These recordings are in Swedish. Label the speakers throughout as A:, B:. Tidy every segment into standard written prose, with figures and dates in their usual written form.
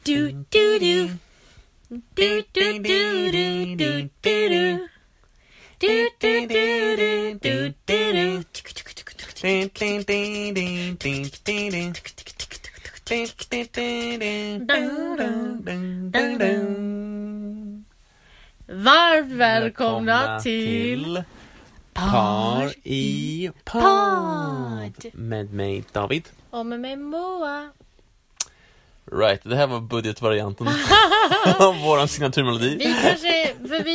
A: Du du du. Du du du du du du. Du du du du du du. Varmt välkomna till
B: Par i podd med mig David
A: och med mig Moa.
B: Right, det här var budgetvarianten av våran signaturmelodi.
A: Vi kanske, för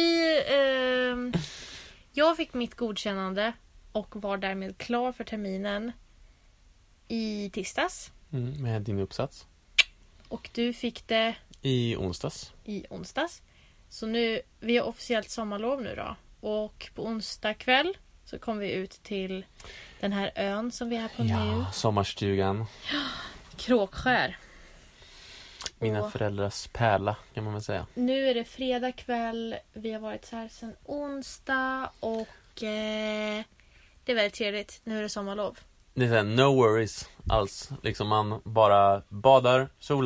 A: jag fick mitt godkännande och var därmed klar för terminen i tisdags.
B: Med din uppsats.
A: Och du fick det
B: i onsdags. Så nu, vi har officiellt sommarlov nu då. Och på onsdag kväll så kommer vi ut till den här ön som vi är på nu. Ja, sommarstugan.
A: Kråkskär.
B: Mina föräldrars pärla kan man väl säga.
A: Nu är det fredag kväll. Vi har varit så här sedan onsdag. Och det är väldigt trevligt. Nu är det sommarlov.
B: Det är så här, no worries alls. Liksom man bara badar,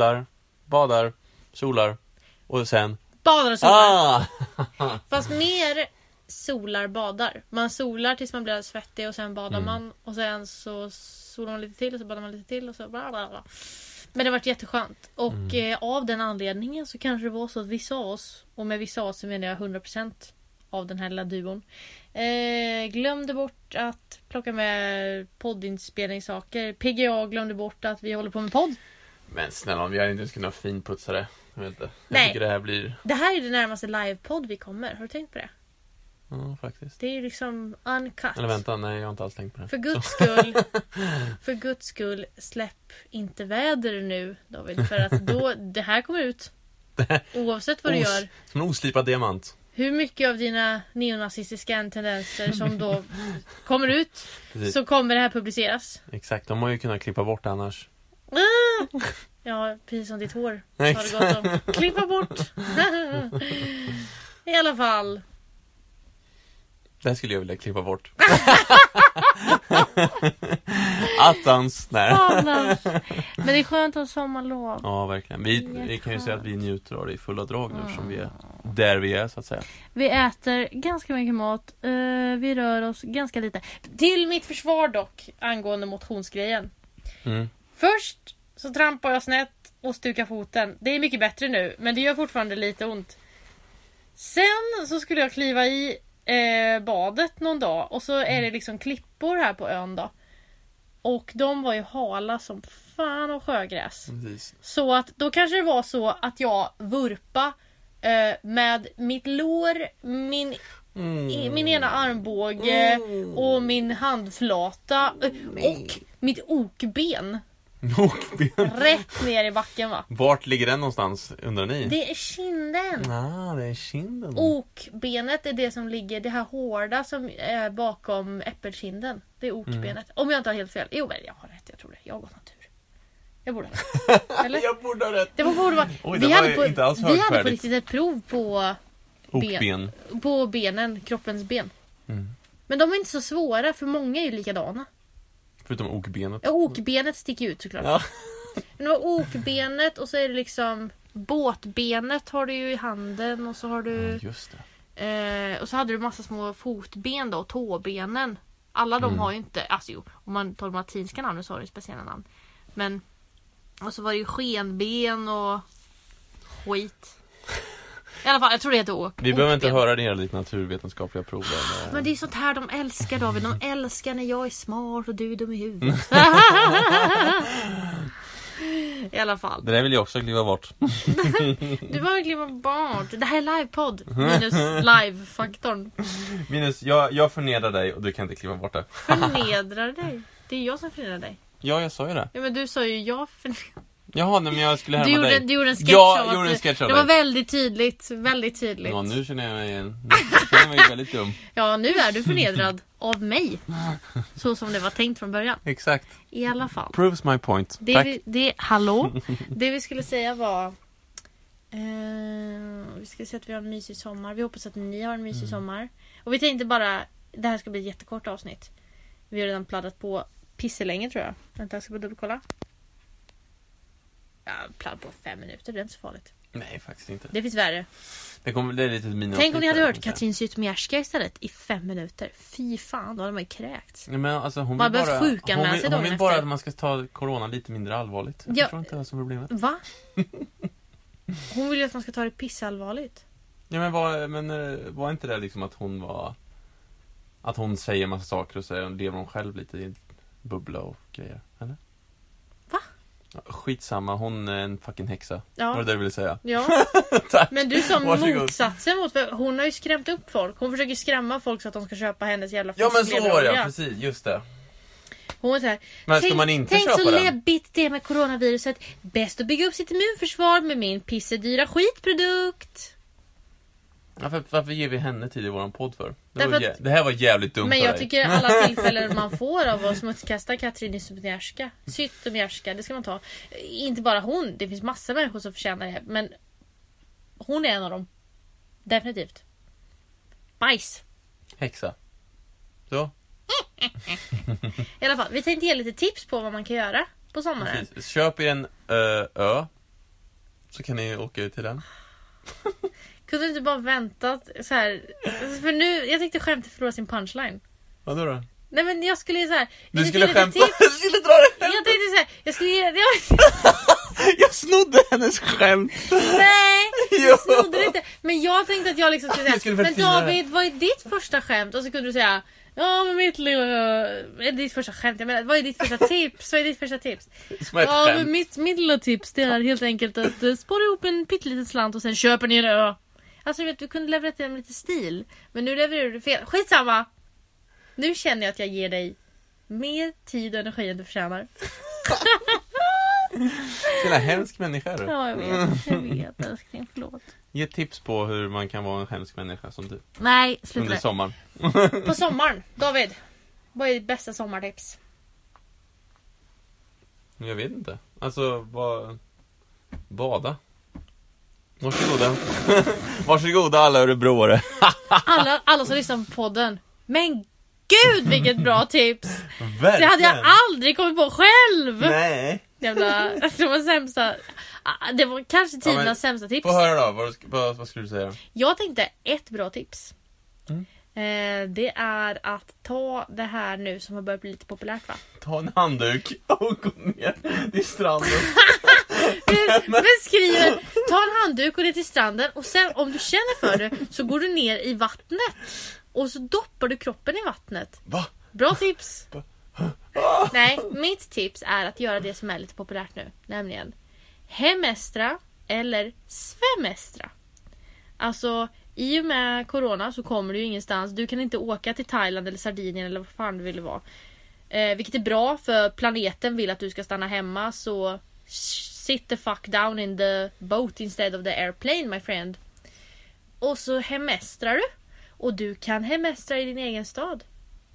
B: solar och sen
A: badar och solar. Fast mer solar, badar. Man solar tills man blir svettig och sen badar man. Och sen så solar man lite till och så badar man lite till och så bla bla bla. Men det har varit jätteskönt. Och av den anledningen så kanske det var så att vissa av oss, och med vissa av oss så menar jag 100% av den här lilla duon, glömde bort att plocka med poddinspelningssaker. PGA glömde bort att vi håller på med podd.
B: Men snälla, vi hade inte ens kunnat finputsa det. Jag vet inte.
A: Nej.
B: Tycker det här blir...
A: Det här är det närmaste livepodd vi kommer. Har du tänkt på det?
B: Ja, faktiskt.
A: Det är liksom uncut.
B: Eller vänta, nej, jag har inte alls tänkt på det.
A: För guds skull, släpp inte väder nu, David. För att då, det här kommer ut. Oavsett vad du gör.
B: Som en oslipad diamant.
A: Hur mycket av dina neonazistiska tendenser som då kommer ut,
B: Precis.
A: så kommer det här publiceras.
B: Exakt, de har ju kunnat klippa bort det annars.
A: Ja, precis som ditt hår har det gått om. Klippa bort. I alla fall.
B: Det här skulle jag vilja klippa bort. Attans, nej.
A: Men det är skönt att ha sommarlov.
B: Ja, verkligen. Vi kan ju säga att vi njuter av det i fulla drag nu, som vi är där vi är, så att säga.
A: Vi äter ganska mycket mat. Vi rör oss ganska lite. Till mitt försvar dock, angående motionsgrejen. Först så trampar jag snett och stukar foten. Det är mycket bättre nu, men det gör fortfarande lite ont. Sen så skulle jag kliva i badet någon dag. Och så är det liksom klippor här på ön då. Och de var ju hala som fan och sjögräs.
B: Precis.
A: Så att då kanske det var så att jag vurpa med mitt lår, min ena armbåge och min handflata och mitt okben. Rätt ner i backen, va?
B: Vart ligger den någonstans, undrar ni?
A: Det är kinden.
B: Det är kinden.
A: Okbenet är det som ligger, det här hårda som är bakom äppelkinden. Det är okbenet. Om jag inte har helt fel. Jo, men jag har rätt, jag tror det. Jag har gått natur. Jag borde ha rätt. Eller?
B: Jag borde ha rätt.
A: Det borde vara.
B: Oj,
A: vi hade på riktigt ett prov på
B: okben.
A: På benen, kroppens ben. Men de är inte så svåra, för många är ju likadana.
B: Förutom okbenet.
A: Ja, okbenet sticker ut såklart.
B: Ja.
A: Men det var okbenet och så är det liksom båtbenet har du ju i handen och så har du
B: just det.
A: och så hade du massa små fotben då och tåbenen. Alla de har ju inte, alltså jo, om man tar de latinska namnen så har de speciella namn. Men och så var det ju skenben och skit. I alla fall, jag tror det heter åk.
B: Vi behöver inte höra det ditt naturvetenskapliga prov.
A: Men det är sånt här de älskar, David. De älskar när jag är smart och du är dum i huvudet. I alla fall.
B: Det där vill jag också kliva bort.
A: Du var kliva bort. Det här är livepodd. Minus live-faktorn.
B: Minus, jag förnedrar dig och du kan inte kliva bort det.
A: Förnedrar dig? Det är jag som förnedrar dig.
B: Ja, jag sa ju det.
A: Ja, men du sa ju jag förnedrar.
B: Jaha, nej, men jag skulle härma dig.
A: Du gjorde en sketch
B: gjorde en sketch av
A: det
B: dig.
A: var väldigt tydligt. Väldigt tydligt.
B: Ja, nu känner jag mig igen. Nu känner jag mig väldigt dum.
A: Ja, nu är du förnedrad av mig. Så som det var tänkt från början.
B: Exakt.
A: I alla fall.
B: Proves my point. Tack.
A: Hallå? Det vi skulle säga var vi ska säga att vi har en mysig sommar. Vi hoppas att ni har en mysig sommar. Och vi tänkte bara, det här ska bli ett jättekort avsnitt. Vi har redan pladdat på pisselänge, tror jag. Vänta, jag ska bara dubbelkolla. plan på 5 minuter, det är inte så farligt.
B: Nej, faktiskt inte.
A: Det finns värre.
B: Det är lite mina.
A: Tänk om ni hade hört Katrin Zytomierska istället i 5 minuter. Fy fan, då hade man ju kräkts.
B: Nej, men alltså hon
A: vill
B: bara
A: hon
B: vill bara att man ska ta corona lite mindre allvarligt. Jag tror inte det är som problemet.
A: Va? Hon vill ju att man ska ta det pissallvarligt.
B: Ja, men var inte det liksom att hon säger massa saker och så lever hon själv lite i en bubbla och grejer, eller?
A: Va?
B: Ja, skitsamma, hon är en fucking häxa.
A: Ja.
B: Var det du ville säga?
A: Ja.
B: Tack.
A: Men du som motsatsen mot, för hon har ju skrämt upp folk. Hon försöker skrämma folk så att de ska köpa hennes jävla
B: fiskleverolja. Ja, men så var det, precis, just det.
A: Hon är så här,
B: men ska man inte
A: tänk
B: köpa
A: så
B: den?
A: läbbigt det med coronaviruset. Bäst att bygga upp sitt immunförsvar med min pissedyra skitprodukt.
B: Ja, varför ger vi henne tid i våran podd för? Det här var jävligt dumt.
A: Men jag tycker alla tillfällen man får av att smutskasta Katrin Zytomierska, det ska man ta. Inte bara hon, det finns massa människor som förtjänar det. Men hon är en av dem. Definitivt. Bajs.
B: Häxa. Så.
A: I alla fall, vi tänkte ge lite tips på vad man kan göra på sommaren.
B: Precis. Köp er en ö. Så kan ni åka ut till den.
A: Kunde du inte bara väntat så här? För nu, jag tänkte skämta förlora sin punchline.
B: Vad då?
A: Nej, men jag skulle så här.
B: Du skulle skämta. Du skulle dra det.
A: Jag tänkte så här, jag skulle ge
B: jag snodde hennes skämt.
A: Nej,
B: jag
A: jag snodde det inte. Men jag tänkte att jag liksom skulle säga, men David, vad är ditt första skämt? Och så kunde du säga, ja, men mitt lilla ditt första skämt. Jag menar, vad är ditt första tips? Vad är ditt första tips? Ja, men mitt lilla tips, det är helt enkelt att spara ihop en pytteliten slant och sen köper ni en ö. Alltså, vet du kunde leverera till lite stil. Men nu levererar du fel. Skitsamma. Nu känner jag att jag ger dig mer tid och energi än du förtjänar.
B: Vilken hemsk människa du.
A: Ja, jag vet, älskling, förlåt.
B: Ge tips på hur man kan vara en hemsk människa som du.
A: Nej, sluta.
B: Under sommaren.
A: På sommaren, David. Vad är ditt bästa sommartips?
B: Jag vet inte. Alltså, bada. Varsågoda. Varsågoda alla örebroare.
A: alla som lyssnar på podden. Men gud, vilket bra tips.
B: Verkligen.
A: Det hade jag aldrig kommit på själv.
B: Nej.
A: Det var sämsta. Det var kanske tidernas sämsta tips.
B: Få höra då, vad skulle du säga?
A: Jag tänkte ett bra tips. Det är att ta det här nu som har börjat bli lite populärt, va?
B: Ta en handduk och gå ner till stranden.
A: Beskriver, ta en handduk och ner till stranden. Och sen om du känner för det så går du ner i vattnet. Och så doppar du kroppen i vattnet.
B: Va?
A: Bra tips. Nej, mitt tips är att göra det som är lite populärt nu. Nämligen hemestra eller svemestra. Alltså, i och med corona så kommer du ju ingenstans. Du kan inte åka till Thailand eller Sardinien eller vad fan du vill vara. Vilket är bra, för planeten vill att du ska stanna hemma. Så sit the fuck down in the boat instead of the airplane, my friend. Och så hemestrar du. Och du kan hemestra i din egen stad.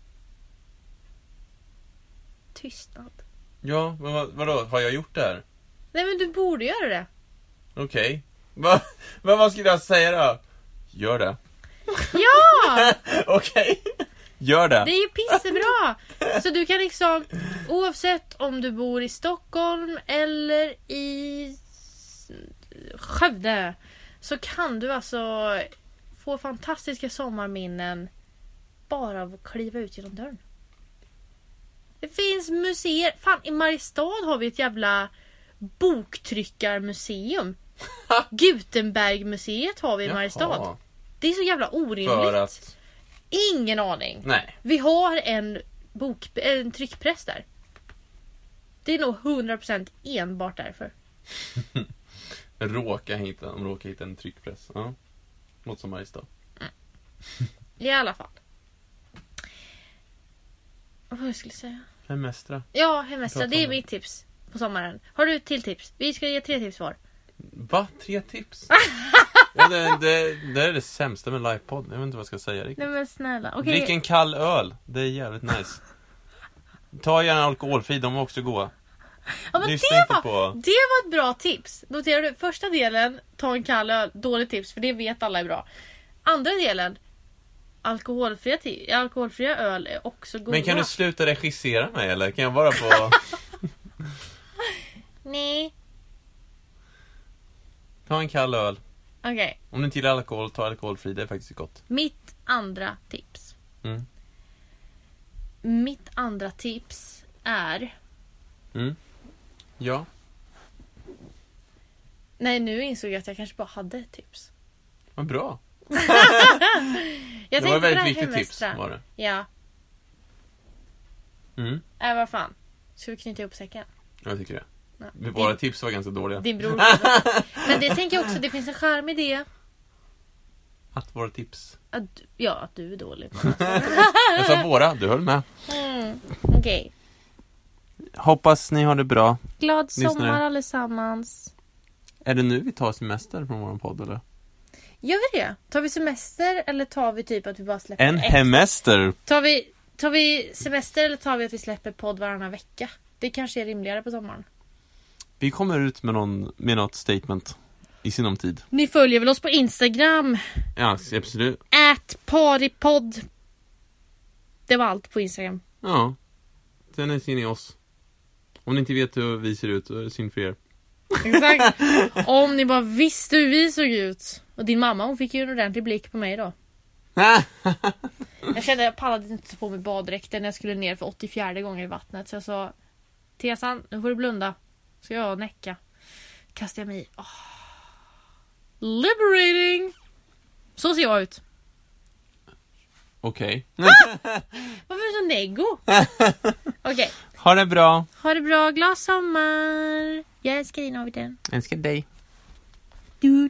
A: Tystnad.
B: Ja, men vadå? Har jag gjort det här?
A: Nej, men du borde göra det.
B: Okej. Vad skulle jag säga då? Gör det.
A: Ja!
B: Okej. Gör det.
A: Det är ju pissebra. Så du kan liksom, oavsett om du bor i Stockholm eller i Skövde, så kan du alltså få fantastiska sommarminnen bara av att kliva ut genom dörren. Det finns museer. Fan, i Mariestad har vi ett jävla boktryckarmuseum. Gutenbergmuseet har vi i Mariestad. Det är så jävla orimligt.
B: För att...
A: Ingen aning.
B: Nej.
A: Vi har en tryckpress där. Det är nog 100% enbart därför.
B: råka hitta en tryckpress. Ja. Något som Mariestad.
A: I alla fall. Vad jag skulle säga?
B: Hemestra.
A: Ja, hemestra. Det är mitt tips på sommaren. Har du ett till tips? Vi ska ge 3 tips var.
B: Va? 3 tips? Ja, det är det sämsta med livepodd. Jag vet inte vad jag ska säga riktigt.
A: Nej, men snälla. Okay.
B: Drick en kall öl. Det är jävligt nice. Ta gärna alkoholfri, de är också goda.
A: Ja, men det var ett bra tips. Noterar du? Första delen, ta en kall öl. Dåligt tips, för det vet alla är bra. Andra delen, alkoholfria öl är också goda.
B: Men kan du sluta regissera mig, eller kan jag bara få...
A: Nej.
C: Ta en kall öl.
A: Okej.
C: Om du inte gillar alkohol, ta alkoholfri. Det är faktiskt gott.
A: Mitt andra tips. Mitt andra tips är...
C: Ja.
A: Nej, nu insåg jag att jag kanske bara hade ett tips.
C: Vad bra.
A: Jag
C: det var ett väldigt
A: viktigt
C: viktigt tips, var det.
A: Ja. Vad fan. Ska vi knyta ihop säcken?
C: Jag tycker det.
A: Ja.
C: Våra tips var ganska dåliga.
A: Din bror. Men det tänker jag också, det finns en charm i det.
C: Att våra tips.
A: Att du är dålig.
C: Jag sa våra, du höll med.
A: Okej.
C: Hoppas ni har det bra.
A: Glad sommar allesammans.
C: Är det nu vi tar semester från vår podd, eller?
A: Gör vi det? Tar vi semester eller tar vi typ att vi bara släpper
C: en hemester?
A: Tar vi semester eller tar vi att vi släpper podd varannan vecka? Det kanske är rimligare på sommaren.
C: Vi kommer ut med något statement i sinom tid.
A: Ni följer väl oss på Instagram?
C: Ja, absolut.
A: @paripodd. Det var allt på Instagram.
C: Ja. Sen ser ni oss. Om ni inte vet hur vi ser ut, så är det synd för er.
A: Exakt. Om ni bara visste hur vi såg ut. Och din mamma, hon fick ju en ordentlig blick på mig då. Jag kände att jag pallade inte på mig baddräkten när jag skulle ner för 84:e gången i vattnet. Så jag sa, Tesan, nu får du blunda. Så jag näcka. Kastade jag mig i. Liberating. Så ser jag ut.
C: Okej.
A: Varför är du så neggo? Okej.
C: Ha det bra.
A: Ha det bra, glad sommar. Jag älskar dig, Navid.
C: Älskar dig.
A: Du.